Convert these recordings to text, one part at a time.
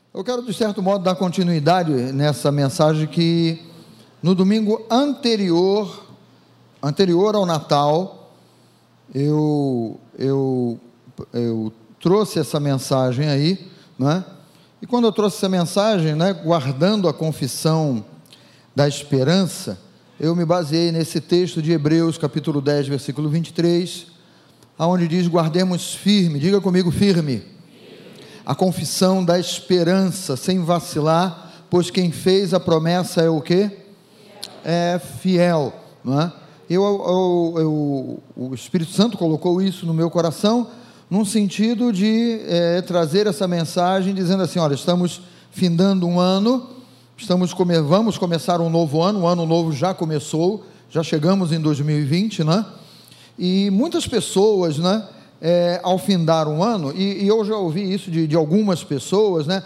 Eu quero, de certo modo, dar continuidade nessa mensagem que, no domingo anterior ao Natal, eu trouxe essa mensagem aí, né? E quando eu trouxe essa mensagem, né, guardando a confissão da esperança, eu me baseei nesse texto de Hebreus, capítulo 10, versículo 23, aonde diz: guardemos firme, diga comigo, firme, a confissão da esperança, sem vacilar, pois quem fez a promessa é o quê? É fiel, não é? O Espírito Santo colocou isso no meu coração, num sentido de trazer essa mensagem, dizendo assim: olha, estamos findando um ano, vamos começar um novo ano, o ano novo já começou, já chegamos em 2020, né? E muitas pessoas, né, ao findar um ano, e eu já ouvi isso de algumas pessoas, né?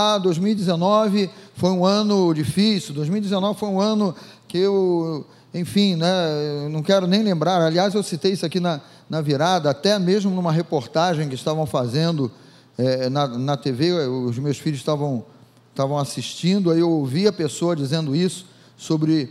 2019 foi um ano difícil, 2019 foi um ano que enfim, né, eu não quero nem lembrar. Aliás, eu citei isso aqui na virada, até mesmo numa reportagem que estavam fazendo na TV, os meus filhos estavam assistindo, aí eu ouvi a pessoa dizendo isso sobre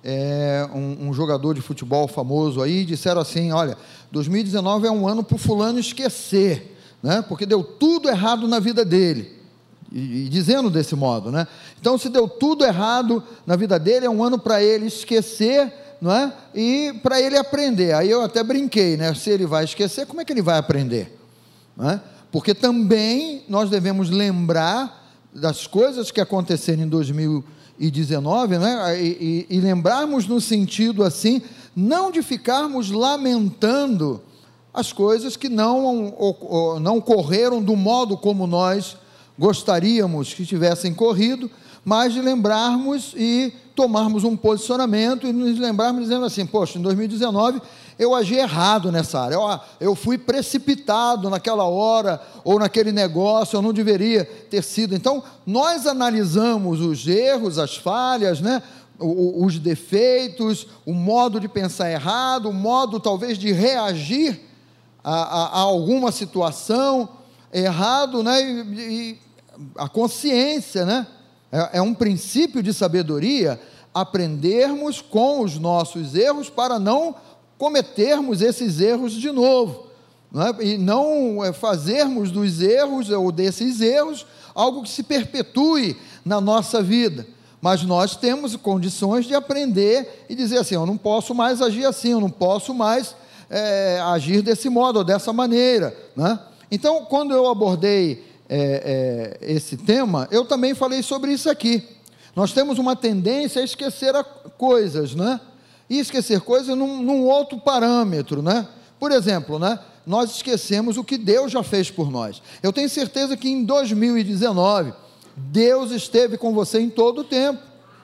um jogador de futebol famoso aí, disseram assim: olha, 2019 é um ano para o fulano esquecer, né, porque deu tudo errado na vida dele, e dizendo desse modo, né? Então, se deu tudo errado na vida dele, é um ano para ele esquecer, não é? E para ele aprender. Aí eu até brinquei, né? Se ele vai esquecer, como é que ele vai aprender? Não é? Porque também nós devemos lembrar das coisas que aconteceram em 2019, né? E lembrarmos no sentido assim, não de ficarmos lamentando as coisas que não correram do modo como nós gostaríamos que tivessem corrido, mas de lembrarmos e tomarmos um posicionamento e nos lembrarmos dizendo assim: poxa, em 2019 eu agi errado nessa área, eu fui precipitado naquela hora, ou naquele negócio, eu não deveria ter sido. Então, nós analisamos os erros, as falhas, né, os defeitos, o modo de pensar errado, o modo talvez de reagir a alguma situação errado, né? E a consciência, né? É um princípio de sabedoria aprendermos com os nossos erros para não cometermos esses erros de novo, não é? E não fazermos dos erros ou desses erros algo que se perpetue na nossa vida. Mas nós temos condições de aprender e dizer assim: eu não posso mais agir assim, eu não posso mais agir desse modo ou dessa maneira, né? Então, quando eu abordei esse tema, eu também falei sobre isso aqui. Nós temos uma tendência a esquecer coisas, né? E esquecer coisas num outro parâmetro, né? Por exemplo, né, nós esquecemos o que Deus já fez por nós. Eu tenho certeza que em 2019, Deus esteve com você em todo o tempo.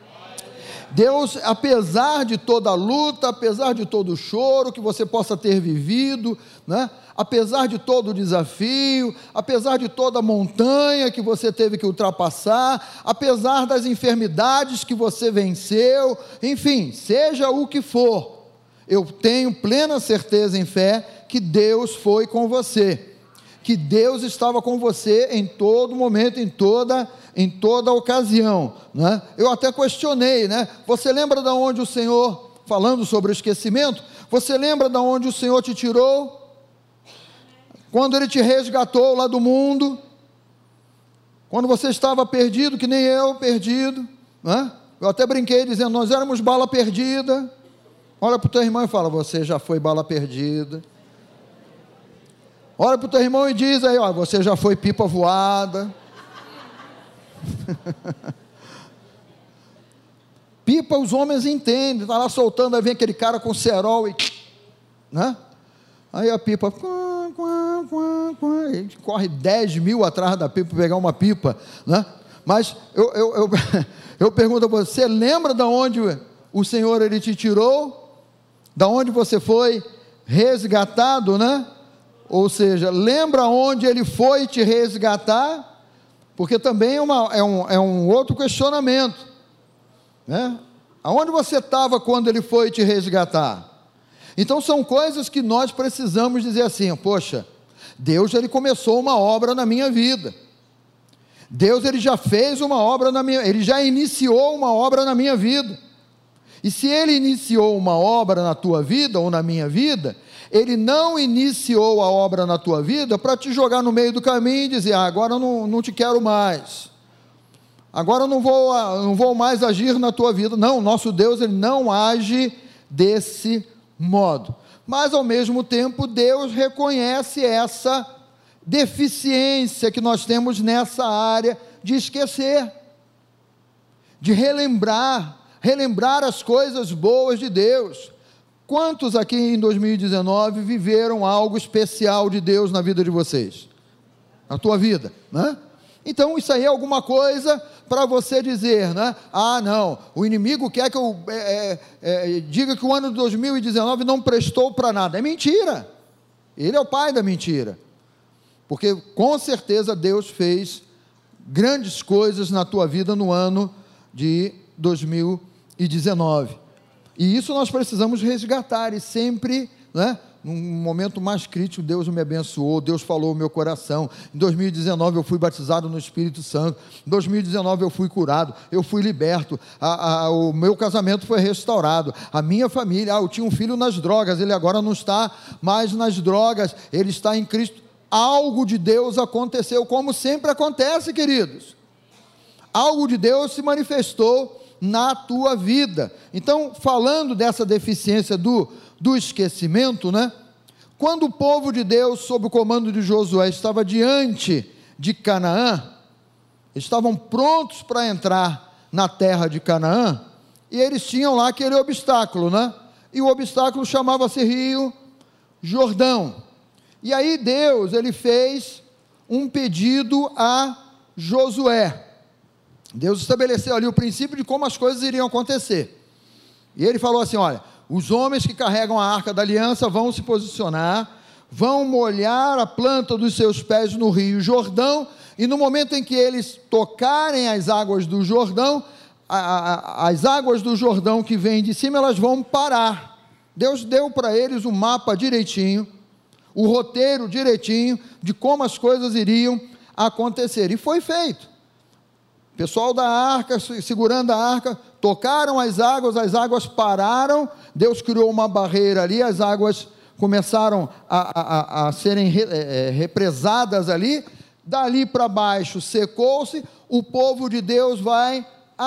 Deus, apesar de toda a luta, apesar de todo o choro que você possa ter vivido, né? Apesar de todo o desafio, apesar de toda a montanha que você teve que ultrapassar, apesar das enfermidades que você venceu, enfim, seja o que for, eu tenho plena certeza em fé que Deus foi com você, que Deus estava com você em todo momento, em toda ocasião, né? Eu até questionei, né? Você lembra de onde o Senhor, falando sobre o esquecimento, você lembra de onde o Senhor te tirou? Quando Ele te resgatou lá do mundo, quando você estava perdido, que nem eu, perdido, né? Eu até brinquei dizendo: nós éramos bala perdida. Olha para o teu irmão e fala: você já foi bala perdida. Olha para o teu irmão e diz aí: ó, você já foi pipa voada. Pipa os homens entendem, está lá soltando, aí vem aquele cara com cerol e, né? Aí a pipa, ele corre 10 mil atrás da pipa para pegar uma pipa, né? Mas eu pergunto a você: lembra de onde o Senhor Ele te tirou? Da onde você foi resgatado, né? Ou seja, lembra onde Ele foi te resgatar? Porque também é um outro questionamento, né? Aonde você estava quando Ele foi te resgatar? Então são coisas que nós precisamos dizer assim: poxa, Deus Ele começou uma obra na minha vida, Deus, ele já fez uma obra ele já iniciou uma obra na minha vida. E se ele iniciou uma obra na tua vida ou na minha vida, ele não iniciou a obra na tua vida para te jogar no meio do caminho e dizer: agora eu não te quero mais, agora eu não vou mais agir na tua vida. Não, nosso Deus, ele não age desse modo. Mas ao mesmo tempo, Deus reconhece essa deficiência que nós temos nessa área de esquecer, de relembrar as coisas boas de Deus. Quantos aqui em 2019 viveram algo especial de Deus na vida de vocês? Na tua vida, né? Então isso aí é alguma coisa para você dizer, né? Ah, não, o inimigo quer que eu diga que o ano de 2019 não prestou para nada. É mentira. Ele é o pai da mentira. Porque com certeza Deus fez grandes coisas na tua vida no ano de 2019. E isso nós precisamos resgatar, e sempre, né, num momento mais crítico, Deus me abençoou, Deus falou o meu coração. Em 2019 eu fui batizado no Espírito Santo, em 2019 eu fui curado, eu fui liberto, o meu casamento foi restaurado, a minha família, eu tinha um filho nas drogas, ele agora não está mais nas drogas, ele está em Cristo. Algo de Deus aconteceu, como sempre acontece, queridos. Algo de Deus se manifestou na tua vida. Então, falando dessa deficiência do esquecimento, né? Quando o povo de Deus, sob o comando de Josué, estava diante de Canaã, estavam prontos para entrar na terra de Canaã, e eles tinham lá aquele obstáculo, né? E o obstáculo chamava-se Rio Jordão. E aí Deus, ele fez um pedido a Josué. Deus estabeleceu ali o princípio de como as coisas iriam acontecer, e ele falou assim: olha, os homens que carregam a arca da aliança vão se posicionar, vão molhar a planta dos seus pés no rio Jordão, e no momento em que eles tocarem as águas do Jordão, as águas do Jordão que vêm de cima, elas vão parar. Deus deu para eles o mapa direitinho, o roteiro direitinho, de como as coisas iriam acontecer, e foi feito. O pessoal da arca, segurando a arca, tocaram as águas pararam, Deus criou uma barreira ali, as águas começaram a serem represadas ali, dali para baixo secou-se, o povo de Deus vai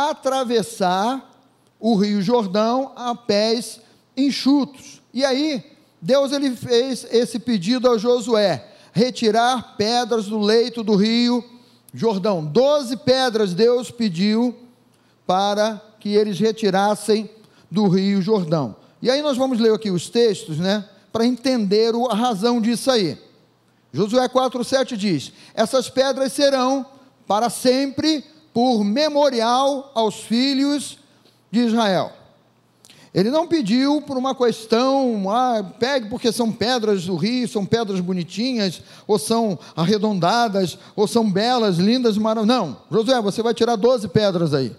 atravessar o rio Jordão a pés enxutos. E aí, Deus, ele fez esse pedido a Josué: retirar pedras do leito do rio Jordão. 12 pedras Deus pediu para que eles retirassem do rio Jordão. E aí nós vamos ler aqui os textos, né, para entender a razão disso aí. Josué 4,7 diz: essas pedras serão para sempre por memorial aos filhos de Israel. Ele não pediu por uma questão, pegue porque são pedras do rio, são pedras bonitinhas, ou são arredondadas, ou são belas, lindas, maravilhosas. Não, Josué, você vai tirar 12 pedras aí,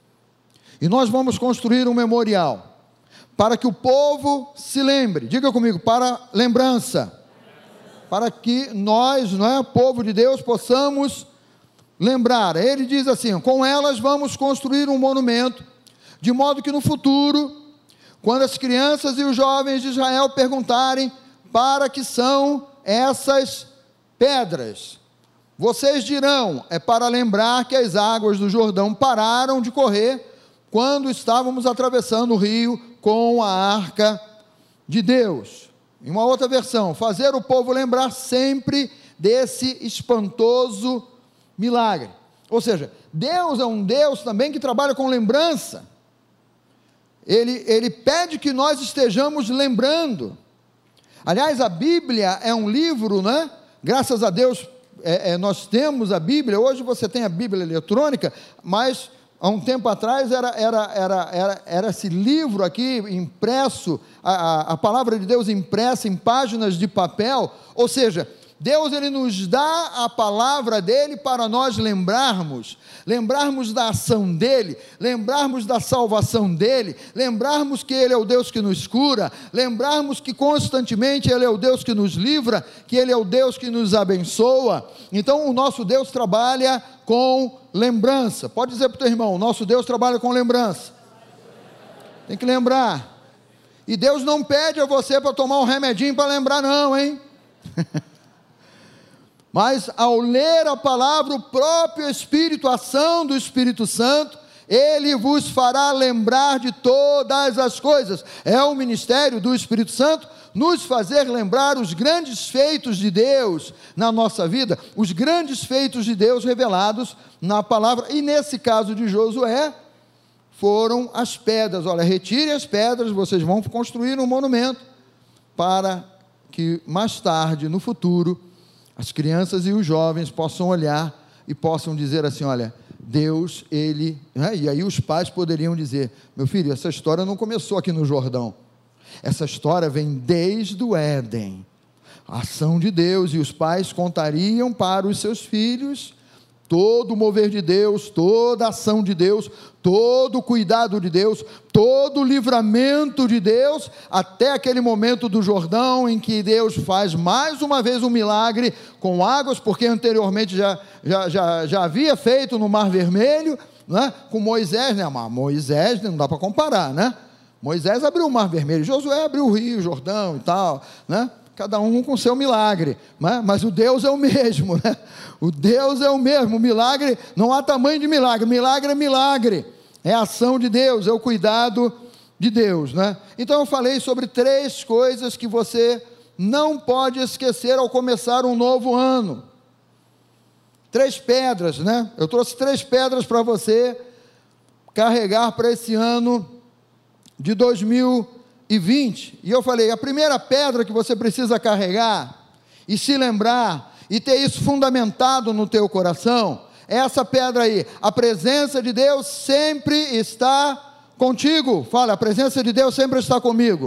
e nós vamos construir um memorial, para que o povo se lembre. Diga comigo: para lembrança, para que nós, povo de Deus, possamos lembrar. Ele diz assim: com elas vamos construir um monumento, de modo que no futuro, quando as crianças e os jovens de Israel perguntarem para que são essas pedras, vocês dirão: é para lembrar que as águas do Jordão pararam de correr quando estávamos atravessando o rio com a arca de Deus. Em uma outra versão: fazer o povo lembrar sempre desse espantoso milagre. Ou seja, Deus é um Deus também que trabalha com lembrança. Ele pede que nós estejamos lembrando. Aliás, a Bíblia é um livro, né? Graças a Deus, nós temos a Bíblia. Hoje você tem a Bíblia eletrônica, mas há um tempo atrás era esse livro aqui impresso, a palavra de Deus impressa em páginas de papel. Ou seja, Deus, Ele nos dá a palavra dEle para nós lembrarmos da ação dEle, lembrarmos da salvação dEle, lembrarmos que Ele é o Deus que nos cura, lembrarmos que constantemente Ele é o Deus que nos livra, que Ele é o Deus que nos abençoa. Então o nosso Deus trabalha com lembrança. Pode dizer para o teu irmão, o nosso Deus trabalha com lembrança. Tem que lembrar. E Deus não pede a você para tomar um remedinho para lembrar não, hein? Mas ao ler a palavra, o próprio Espírito, a ação do Espírito Santo, Ele vos fará lembrar de todas as coisas. É o ministério do Espírito Santo nos fazer lembrar os grandes feitos de Deus na nossa vida, os grandes feitos de Deus revelados na palavra. E nesse caso de Josué, foram as pedras. Olha, retire as pedras, vocês vão construir um monumento para que mais tarde, no futuro, as crianças e os jovens possam olhar e possam dizer assim, olha, Deus, Ele... E aí os pais poderiam dizer, meu filho, essa história não começou aqui no Jordão, essa história vem desde o Éden, a ação de Deus, e os pais contariam para os seus filhos todo o mover de Deus, toda a ação de Deus, todo o cuidado de Deus, todo o livramento de Deus, até aquele momento do Jordão, em que Deus faz mais uma vez um milagre com águas, porque anteriormente já havia feito no Mar Vermelho, né? Com Moisés, né? Mas Moisés não dá para comparar, né? Moisés abriu o Mar Vermelho, Josué abriu o Rio Jordão e tal, né? Cada um com seu milagre, né? Mas o Deus é o mesmo, né? O Deus é o mesmo, o milagre, não há tamanho de milagre, milagre é milagre, é a ação de Deus, é o cuidado de Deus, né? Então eu falei sobre 3 coisas que você não pode esquecer ao começar um novo ano, 3 pedras, né? Eu trouxe 3 pedras para você carregar para esse ano de 2020, e eu falei, a primeira pedra que você precisa carregar, e se lembrar, e ter isso fundamentado no teu coração, é essa pedra aí, a presença de Deus sempre está contigo. Fala, a presença de Deus sempre está comigo.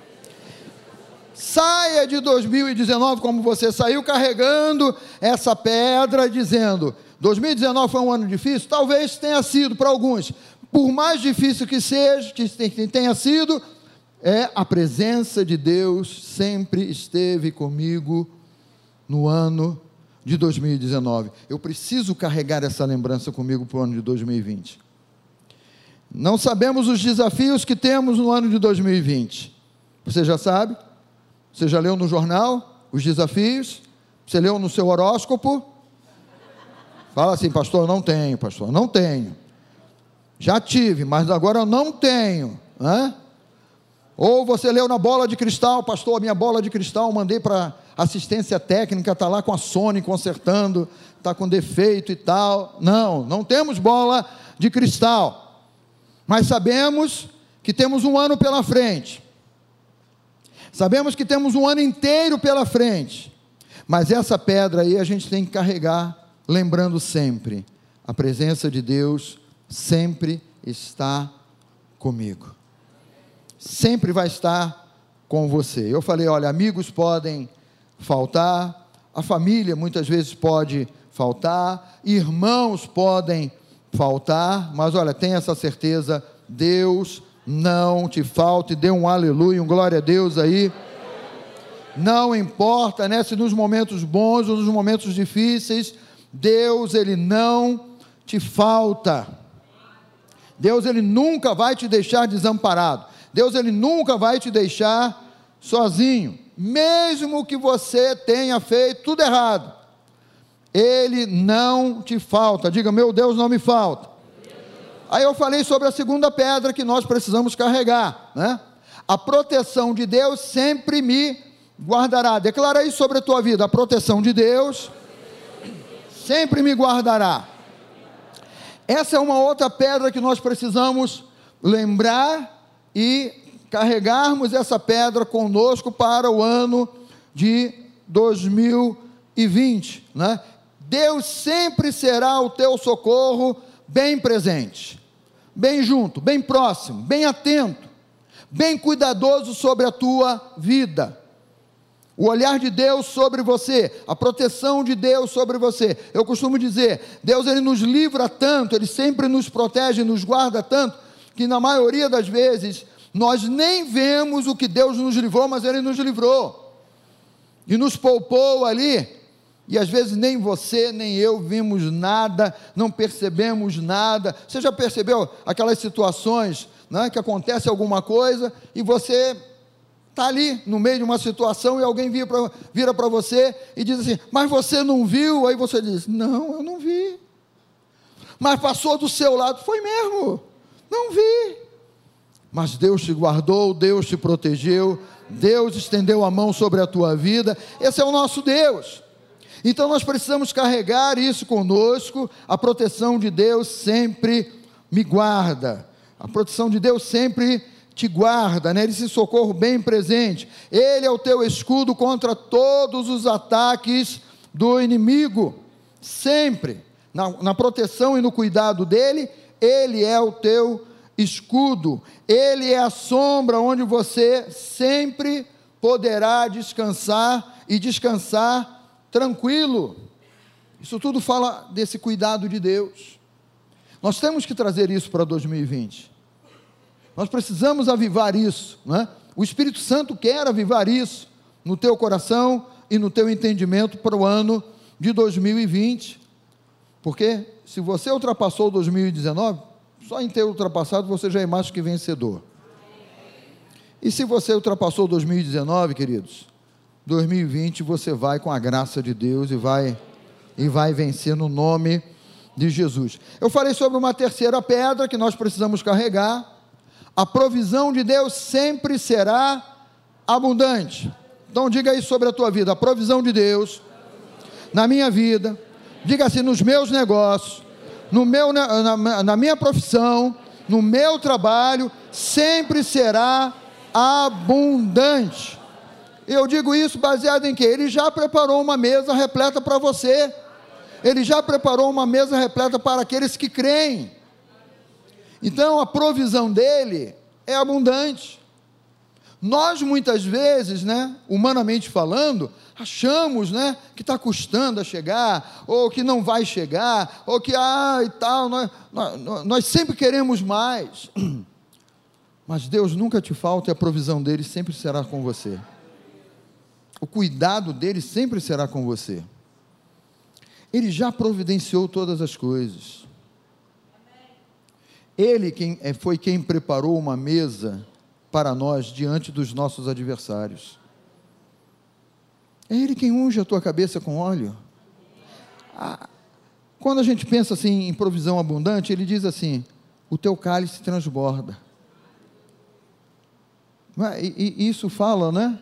Saia de 2019 como você saiu, carregando essa pedra, dizendo, 2019 foi um ano difícil, talvez tenha sido para alguns, por mais difícil que seja, que tenha sido, a presença de Deus sempre esteve comigo no ano de 2019, eu preciso carregar essa lembrança comigo para o ano de 2020, não sabemos os desafios que temos no ano de 2020, você já sabe, você já leu no jornal, os desafios, você leu no seu horóscopo, fala assim, pastor, não tenho, já tive, mas agora eu não tenho, né? Ou você leu na bola de cristal, pastor, a minha bola de cristal, mandei para assistência técnica, está lá com a Sony consertando, está com defeito e tal. Não temos bola de cristal, mas sabemos que temos um ano pela frente, sabemos que temos um ano inteiro pela frente, mas essa pedra aí a gente tem que carregar, lembrando sempre, a presença de Deus sempre está comigo, sempre vai estar com você. Eu falei, olha, amigos podem faltar, a família muitas vezes pode faltar, irmãos podem faltar, mas olha, tenha essa certeza, Deus não te falta, e dê um aleluia, um glória a Deus aí, não importa, né, se nos momentos bons ou nos momentos difíceis, Deus, Ele não te falta, Deus, Ele nunca vai te deixar desamparado, Deus, Ele nunca vai te deixar sozinho, mesmo que você tenha feito tudo errado, Ele não te falta. Diga, meu Deus não me falta. Aí eu falei sobre a segunda pedra que nós precisamos carregar, né? A proteção de Deus sempre me guardará. Declara isso sobre a tua vida, a proteção de Deus sempre me guardará. Essa é uma outra pedra que nós precisamos lembrar e carregarmos essa pedra conosco para o ano de 2020, né? Deus sempre será o teu socorro bem presente, bem junto, bem próximo, bem atento, bem cuidadoso sobre a tua vida. O olhar de Deus sobre você, a proteção de Deus sobre você. Eu costumo dizer, Deus ele nos livra tanto, Ele sempre nos protege, nos guarda tanto, que na maioria das vezes, nós nem vemos o que Deus nos livrou, mas Ele nos livrou, e nos poupou ali, e às vezes nem você, nem eu vimos nada, não percebemos nada. Você já percebeu aquelas situações, né, que acontece alguma coisa, e você está ali, no meio de uma situação, e alguém vira para você, e diz assim, mas você não viu? Aí você diz, não, eu não vi, mas passou do seu lado, foi mesmo, não vi, mas Deus te guardou, Deus te protegeu, Deus estendeu a mão sobre a tua vida. Esse é o nosso Deus. Então nós precisamos carregar isso conosco. A proteção de Deus sempre me guarda, a proteção de Deus sempre te guarda, né? Esse socorro bem presente. Ele é o teu escudo contra todos os ataques do inimigo, sempre, na proteção e no cuidado dele. Ele é o teu escudo, Ele é a sombra onde você sempre poderá descansar, e descansar tranquilo. Isso tudo fala desse cuidado de Deus. Nós temos que trazer isso para 2020, nós precisamos avivar isso, né? O Espírito Santo quer avivar isso no teu coração e no teu entendimento para o ano de 2020, porque se você ultrapassou 2019, só em ter ultrapassado você já é mais que vencedor. E se você ultrapassou 2019, queridos, 2020 você vai com a graça de Deus e vai vencer no nome de Jesus. Eu falei sobre uma terceira pedra que nós precisamos carregar. A provisão de Deus sempre será abundante. Então diga aí sobre a tua vida, a provisão de Deus na minha vida, diga assim, nos meus negócios, na minha profissão, no meu trabalho, sempre será abundante. Eu digo isso baseado em quê? Ele já preparou uma mesa repleta para você, Ele já preparou uma mesa repleta para aqueles que creem. Então a provisão dele é abundante. Nós muitas vezes, né, humanamente falando, achamos, né, que está custando a chegar, ou que não vai chegar, ou que e tal, nós sempre queremos mais, mas Deus nunca te falta, e a provisão dele sempre será com você, o cuidado dele sempre será com você. Ele já providenciou todas as coisas. Ele foi quem preparou uma mesa para nós diante dos nossos adversários. É Ele quem unge a tua cabeça com óleo. Quando a gente pensa assim em provisão abundante, Ele diz assim, o teu cálice transborda. E isso fala, né?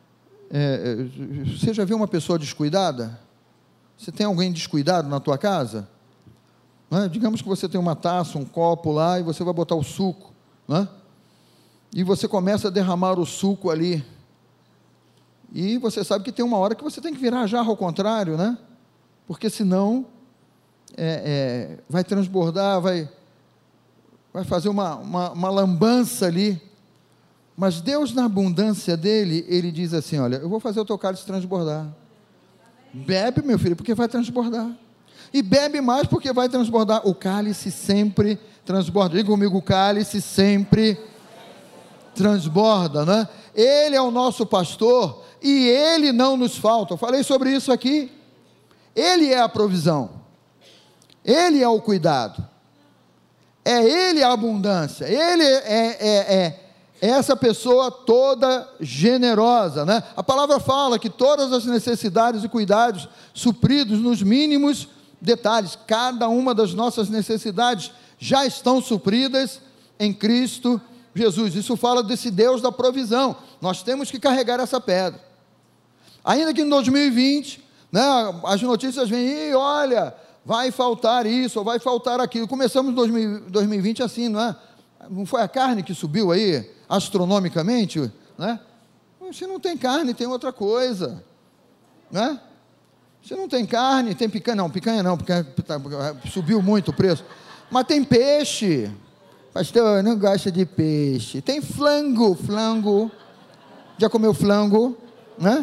Você já viu uma pessoa descuidada? Você tem alguém descuidado na tua casa? Não é? Digamos que você tem uma taça, um copo lá, e você vai botar o suco, não é? E você começa a derramar o suco ali, e você sabe que tem uma hora que você tem que virar a jarra ao contrário, né? Porque senão vai transbordar, vai fazer uma lambança ali. Mas Deus, na abundância dele, Ele diz assim, olha, eu vou fazer o teu cálice transbordar. Bebe, meu filho, porque vai transbordar. E bebe mais, porque vai transbordar. O cálice sempre transborda. Diga comigo, o cálice sempre transborda, né? Ele é o nosso pastor, e Ele não nos falta. Eu falei sobre isso aqui. Ele é a provisão, Ele é o cuidado, é Ele a abundância, Ele é essa pessoa toda generosa, né? A palavra fala que todas as necessidades e cuidados supridos nos mínimos detalhes, cada uma das nossas necessidades já estão supridas em Cristo Jesus. Isso fala desse Deus da provisão. Nós temos que carregar essa pedra, ainda que em 2020, né, as notícias vêm, e olha, vai faltar isso, ou vai faltar aquilo. Começamos 2020 assim, não é? Não foi a carne que subiu aí, astronomicamente, né? Se não tem carne, tem outra coisa, né? Se não tem carne, tem picanha não, subiu muito o preço, mas tem peixe. Pastor, eu não gosto de peixe. Tem flango, já comeu flango, né?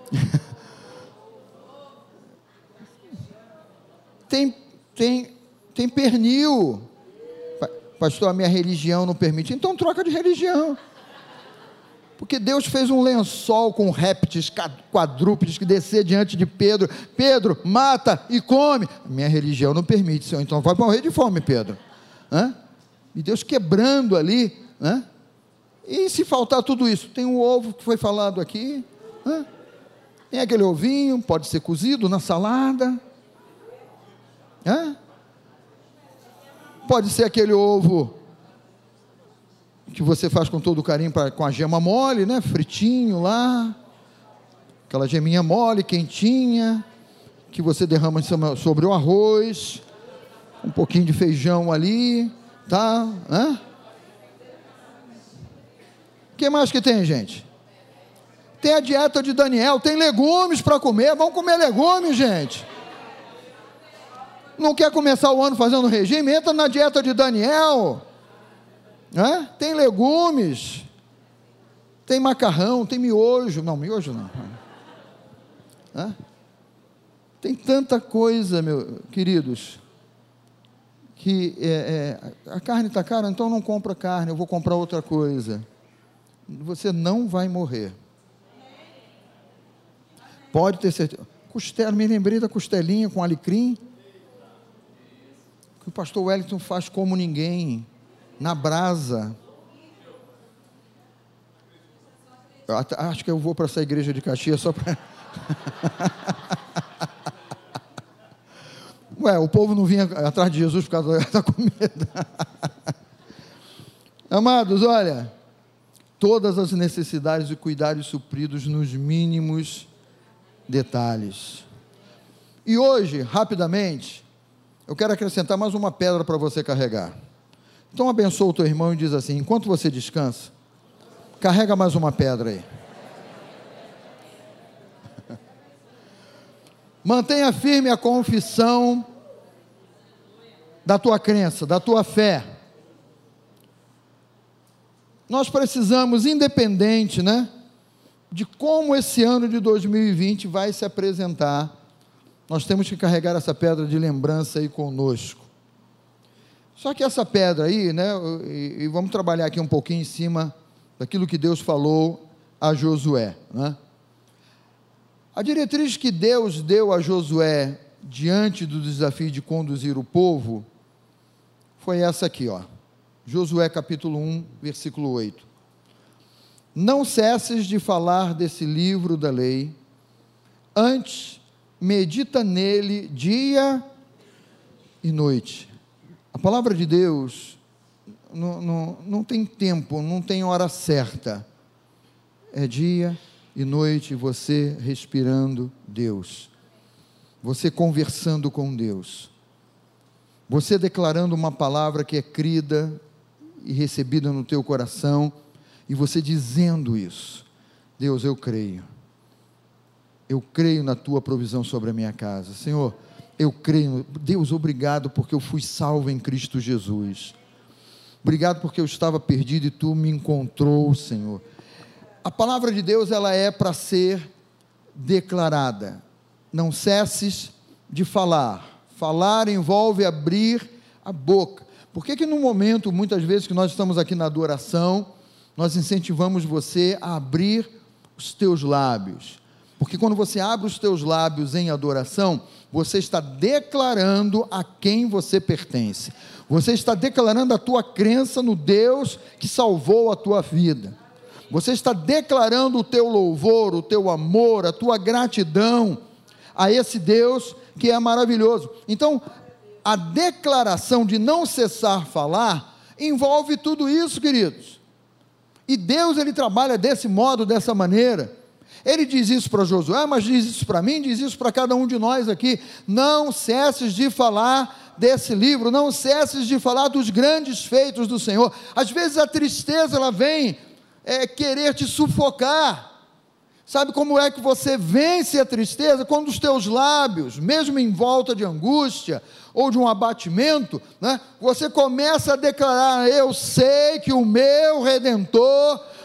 Tem pernil. Pastor, a minha religião não permite. Então troca de religião. Porque Deus fez um lençol com répteis quadrúpedes que descer diante de Pedro. Pedro, mata e come. Minha religião não permite, Senhor. Então vai morrer de fome, Pedro. E Deus quebrando ali. E se faltar tudo isso? Tem um ovo que foi falado aqui. Tem aquele ovinho, pode ser cozido na salada. Pode ser aquele ovo que você faz com todo carinho, com a gema mole, né? Fritinho lá, aquela geminha mole, quentinha, que você derrama sobre o arroz, um pouquinho de feijão ali, tá? O que mais que tem, gente? Tem a dieta de Daniel, tem legumes para comer, vamos comer legumes, gente. Não quer começar o ano fazendo regime? Entra na dieta de Daniel. Tem legumes, tem macarrão, tem miojo. Não, miojo não. Tem tanta coisa, meus queridos, que a carne está cara, então não compra carne, eu vou comprar outra coisa. Você não vai morrer. Pode ter certeza. Costela, me lembrei da costelinha com alecrim, que o pastor Wellington faz como ninguém, na brasa. Eu acho que eu vou para essa igreja de Caxias só para... o povo não vinha atrás de Jesus por causa da comida. Amados, olha, todas as necessidades e cuidados supridos nos mínimos detalhes. E hoje, rapidamente, eu quero acrescentar mais uma pedra para você carregar. Então abençoa o teu irmão e diz assim: enquanto você descansa, carrega mais uma pedra aí. Mantenha firme a confissão da tua crença, da tua fé. Nós precisamos, independente, de como esse ano de 2020 vai se apresentar, nós temos que carregar essa pedra de lembrança aí conosco. Só que essa pedra aí, e vamos trabalhar aqui um pouquinho em cima daquilo que Deus falou a Josué, A diretriz que Deus deu a Josué diante do desafio de conduzir o povo foi essa aqui, Josué capítulo 1, versículo 8. Não cesses de falar desse livro da lei, antes medita nele dia e noite. A palavra de Deus não tem tempo, não tem hora certa. É dia e noite, você respirando Deus, você conversando com Deus, você declarando uma palavra que é crida e recebida no teu coração, e você dizendo isso: Deus, eu creio na tua provisão sobre a minha casa, Senhor, eu creio, Deus, obrigado porque eu fui salvo em Cristo Jesus, obrigado porque eu estava perdido e tu me encontrou, Senhor. A palavra de Deus, ela é para ser declarada. Não cesses de falar. Falar envolve abrir a boca. Por que no momento, muitas vezes que nós estamos aqui na adoração, nós incentivamos você a abrir os teus lábios? Porque quando você abre os teus lábios em adoração, você está declarando a quem você pertence. Você está declarando a tua crença no Deus que salvou a tua vida. Você está declarando o teu louvor, o teu amor, a tua gratidão a esse Deus que é maravilhoso. Então, a declaração de não cessar falar envolve tudo isso, queridos. E Deus, Ele trabalha desse modo, dessa maneira. Ele diz isso para Josué, mas diz isso para mim, diz isso para cada um de nós aqui: não cesses de falar desse livro, não cesses de falar dos grandes feitos do Senhor. Às vezes a tristeza, ela vem querer te sufocar. Sabe como é que você vence a tristeza? Quando os teus lábios, mesmo em volta de angústia, ou de um abatimento, você começa a declarar: eu sei que o meu Redentor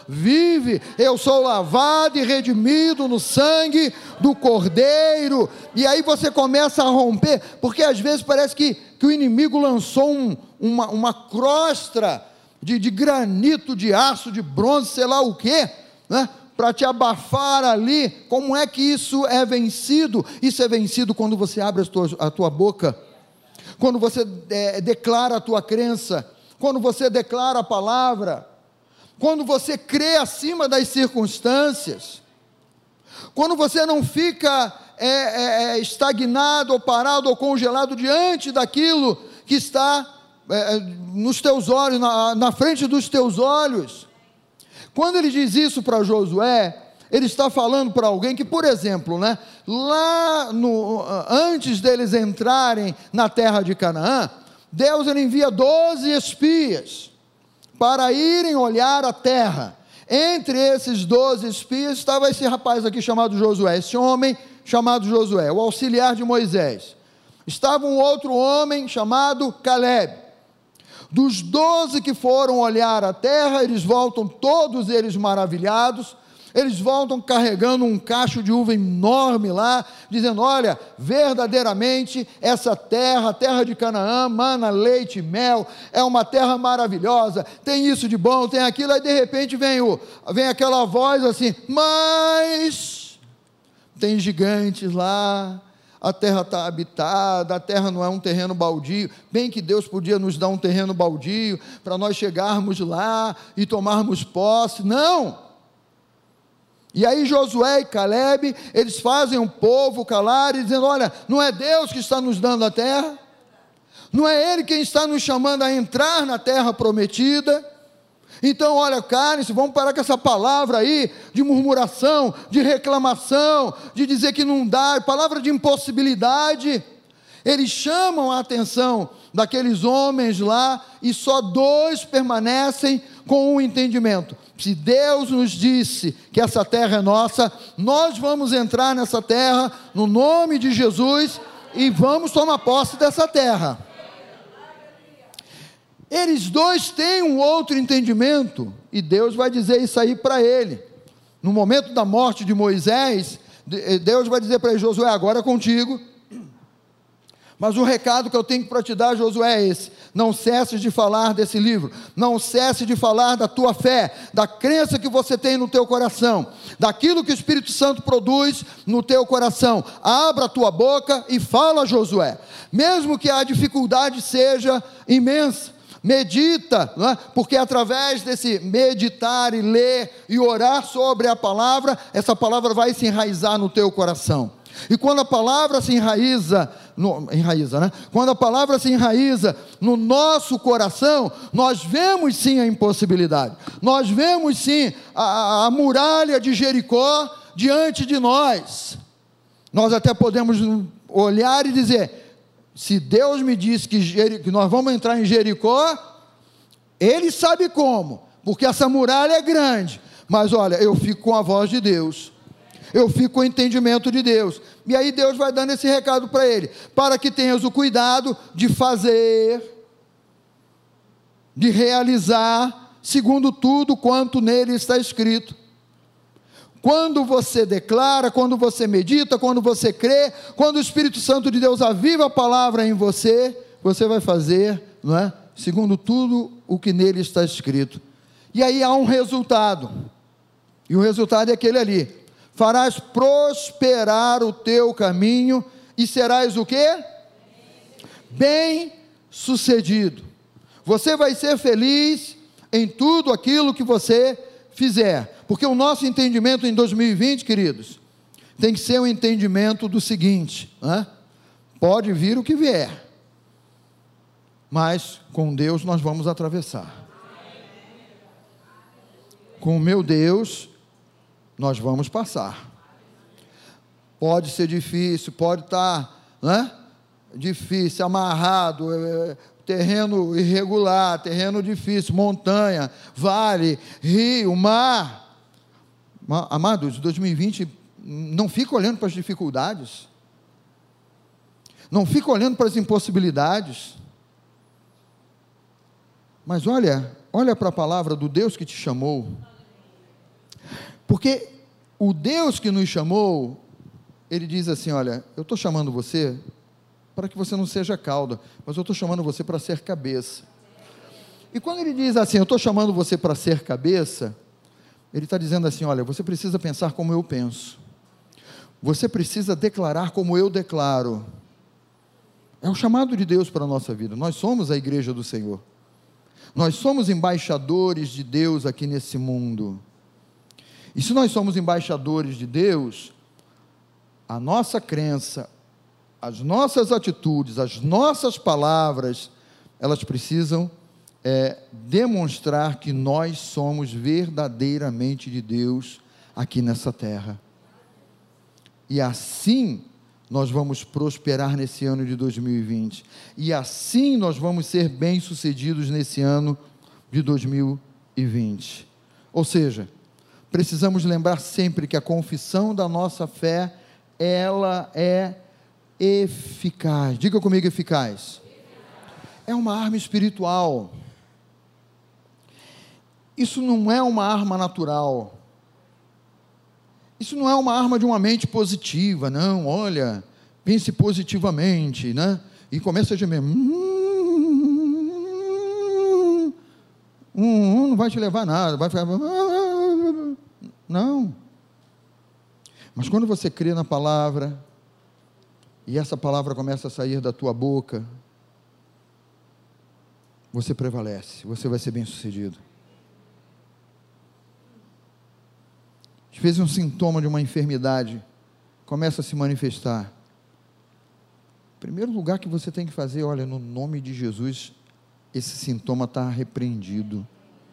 vive, eu sou lavado e redimido no sangue do Cordeiro. E aí você começa a romper, porque às vezes parece que o inimigo lançou uma crosta de granito, de aço, de bronze, sei lá o que, né? Para te abafar ali. Como é que isso é vencido? Isso é vencido quando você abre a tua boca, quando você declara a tua crença, quando você declara a palavra, quando você crê acima das circunstâncias, quando você não fica estagnado, ou parado, ou congelado diante daquilo que está nos teus olhos, na frente dos teus olhos. Quando ele diz isso para Josué, ele está falando para alguém que, por exemplo, né, antes deles entrarem na terra de Canaã, Deus ele envia 12 espias para irem olhar a terra. Entre esses 12 espias estava esse rapaz aqui chamado Josué, esse homem chamado Josué, o auxiliar de Moisés. Estava um outro homem chamado Calebe. Dos 12 que foram olhar a terra, eles voltam, todos eles maravilhados, eles voltam carregando um cacho de uva enorme lá, dizendo: olha, verdadeiramente essa terra, a terra de Canaã, mana leite e mel, é uma terra maravilhosa, tem isso de bom, tem aquilo. Aí de repente vem aquela voz assim: mas tem gigantes lá, a terra está habitada, a terra não é um terreno baldio. Bem que Deus podia nos dar um terreno baldio, para nós chegarmos lá e tomarmos posse. Não! E aí Josué e Calebe, eles fazem o povo calar e dizendo: olha, não é Deus que está nos dando a terra, não é Ele quem está nos chamando a entrar na terra prometida. Então, olha, calem-se, vamos parar com essa palavra aí, de murmuração, de reclamação, de dizer que não dá, palavra de impossibilidade. Eles chamam a atenção daqueles homens lá, e só 2 permanecem com o entendimento. Se Deus nos disse que essa terra é nossa, nós vamos entrar nessa terra, no nome de Jesus, e vamos tomar posse dessa terra. Eles 2 têm um outro entendimento, e Deus vai dizer isso aí para ele. No momento da morte de Moisés, Deus vai dizer para ele: Josué, agora é contigo, mas o recado que eu tenho para te dar, Josué, é esse: não cesses de falar desse livro, não cesse de falar da tua fé, da crença que você tem no teu coração, daquilo que o Espírito Santo produz no teu coração. Abra a tua boca e fala, Josué, mesmo que a dificuldade seja imensa. Medita, não é? Porque através desse meditar e ler e orar sobre a palavra, essa palavra vai se enraizar no teu coração. E quando a palavra se enraiza, né? Quando a palavra se enraiza no nosso coração, nós vemos sim a impossibilidade, nós vemos sim a muralha de Jericó diante de nós. Nós até podemos olhar e dizer: se Deus me disse que nós vamos entrar em Jericó, Ele sabe como, porque essa muralha é grande. Mas olha, eu fico com a voz de Deus, eu fico com o entendimento de Deus. E aí Deus vai dando esse recado para ele: para que tenhas o cuidado de fazer, de realizar, segundo tudo quanto nele está escrito. Quando você declara, quando você medita, quando você crê, quando o Espírito Santo de Deus aviva a palavra em você, você vai fazer, não é? Segundo tudo o que nele está escrito. E aí há um resultado, e o resultado é aquele ali: farás prosperar o teu caminho, e serás o quê? Bem sucedido. Você vai ser feliz em tudo aquilo que você fizer. Porque o nosso entendimento em 2020, queridos, tem que ser um entendimento do seguinte, né? Pode vir o que vier, mas com Deus nós vamos atravessar. Com o meu Deus nós vamos passar. Pode ser difícil, pode estar, né, difícil, amarrado, terreno irregular, terreno difícil, montanha, vale, rio, mar. Amados, 2020, não fica olhando para as dificuldades, não fica olhando para as impossibilidades, mas olha para a palavra do Deus que te chamou, Porque o Deus que nos chamou, Ele diz assim: olha, eu estou chamando você para que você não seja cauda, mas eu estou chamando você para ser cabeça. E quando Ele diz assim, eu estou chamando você para ser cabeça, Ele está dizendo assim: olha, você precisa pensar como eu penso, você precisa declarar como eu declaro. É o chamado de Deus para a nossa vida. Nós somos a igreja do Senhor, nós somos embaixadores de Deus aqui nesse mundo. E se nós somos embaixadores de Deus, a nossa crença, as nossas atitudes, as nossas palavras, elas precisam demonstrar que nós somos verdadeiramente de Deus aqui nessa terra. E assim nós vamos prosperar nesse ano de 2020. E assim nós vamos ser bem-sucedidos nesse ano de 2020. Ou seja, precisamos lembrar sempre que a confissão da nossa fé, ela é eficaz. Diga comigo, eficaz. É uma arma espiritual. Isso não é uma arma natural. Isso não é uma arma de uma mente positiva, não. Olha, pense positivamente, né? E começa a gemer. Não vai te levar a nada, vai ficar. Não. Mas quando você crê na palavra, e essa palavra começa a sair da tua boca, você prevalece, você vai ser bem-sucedido. Às vezes um sintoma de uma enfermidade começa a se manifestar. O primeiro lugar que você tem que fazer, olha, no nome de Jesus, esse sintoma está repreendido.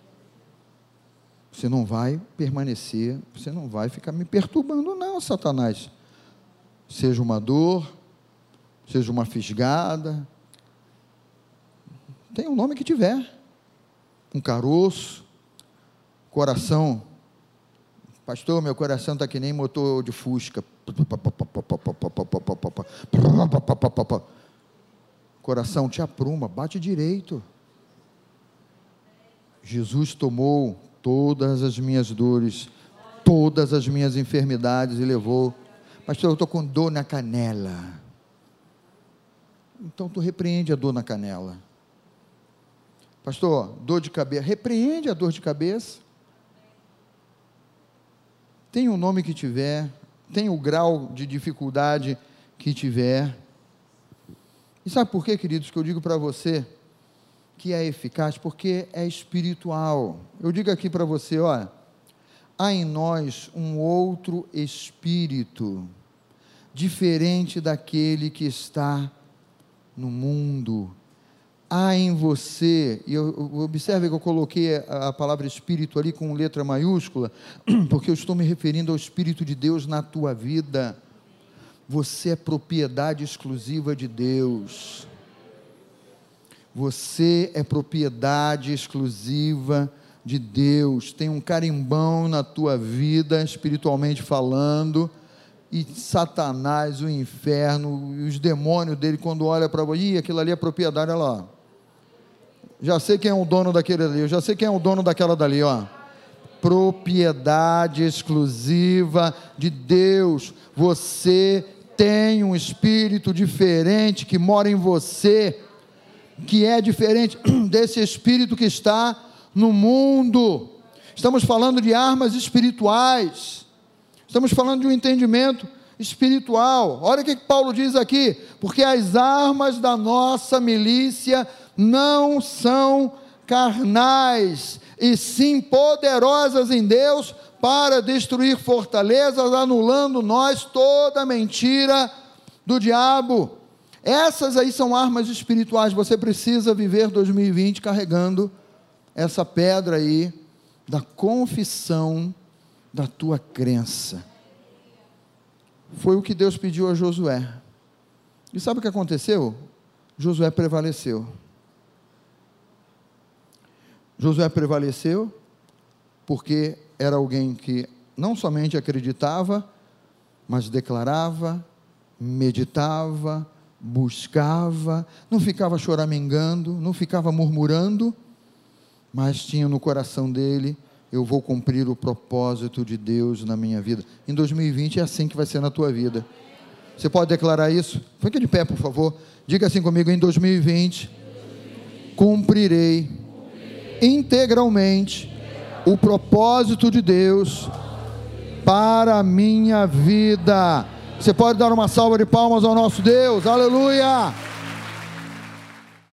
Você não vai permanecer, você não vai ficar me perturbando não, Satanás. Seja uma dor, seja uma fisgada, tem o nome que tiver, um caroço, coração. Pastor, meu coração está que nem motor de Fusca. Coração, te apruma, bate direito. Jesus tomou todas as minhas dores, todas as minhas enfermidades e levou. Pastor, eu estou com dor na canela. Então tu repreende a dor na canela. Pastor, dor de cabeça, repreende a dor de cabeça. Tem o nome que tiver, tem o grau de dificuldade que tiver. E sabe por quê, queridos, que eu digo para você que é eficaz? Porque é espiritual. Eu digo aqui para você, olha, há em nós um outro espírito, diferente daquele que está no mundo. Há em você, e observe que eu coloquei a palavra espírito ali com letra maiúscula, porque eu estou me referindo ao Espírito de Deus na tua vida. Você é propriedade exclusiva de Deus. Você é propriedade exclusiva de Deus. Tem um carimbão na tua vida, espiritualmente falando, e Satanás, o inferno, e os demônios dele, quando olha para você, aquilo ali é propriedade, olha lá. Já sei quem é o dono daquele ali, eu já sei quem é o dono daquela dali, ó. Propriedade exclusiva de Deus. Você tem um espírito diferente que mora em você, que é diferente desse espírito que está no mundo. Estamos falando de armas espirituais, estamos falando de um entendimento espiritual. Olha o que Paulo diz aqui: porque as armas da nossa milícia não são carnais, e sim poderosas em Deus para destruir fortalezas, anulando nós toda mentira do diabo. Essas aí são armas espirituais. Você precisa viver 2020 carregando essa pedra aí da confissão da tua crença. Foi o que Deus pediu a Josué. E sabe o que aconteceu? Josué prevaleceu. Josué prevaleceu porque era alguém que não somente acreditava, mas declarava, meditava, buscava, não ficava choramingando, não ficava murmurando, mas tinha no coração dele eu vou cumprir o propósito de Deus na minha vida. Em 2020 é assim que vai ser na tua vida. Você pode declarar isso? Fica de pé, por favor. Diga assim comigo: em 2020, cumprirei integralmente o propósito de Deus para a minha vida. Você pode dar uma salva de palmas ao nosso Deus. Aleluia!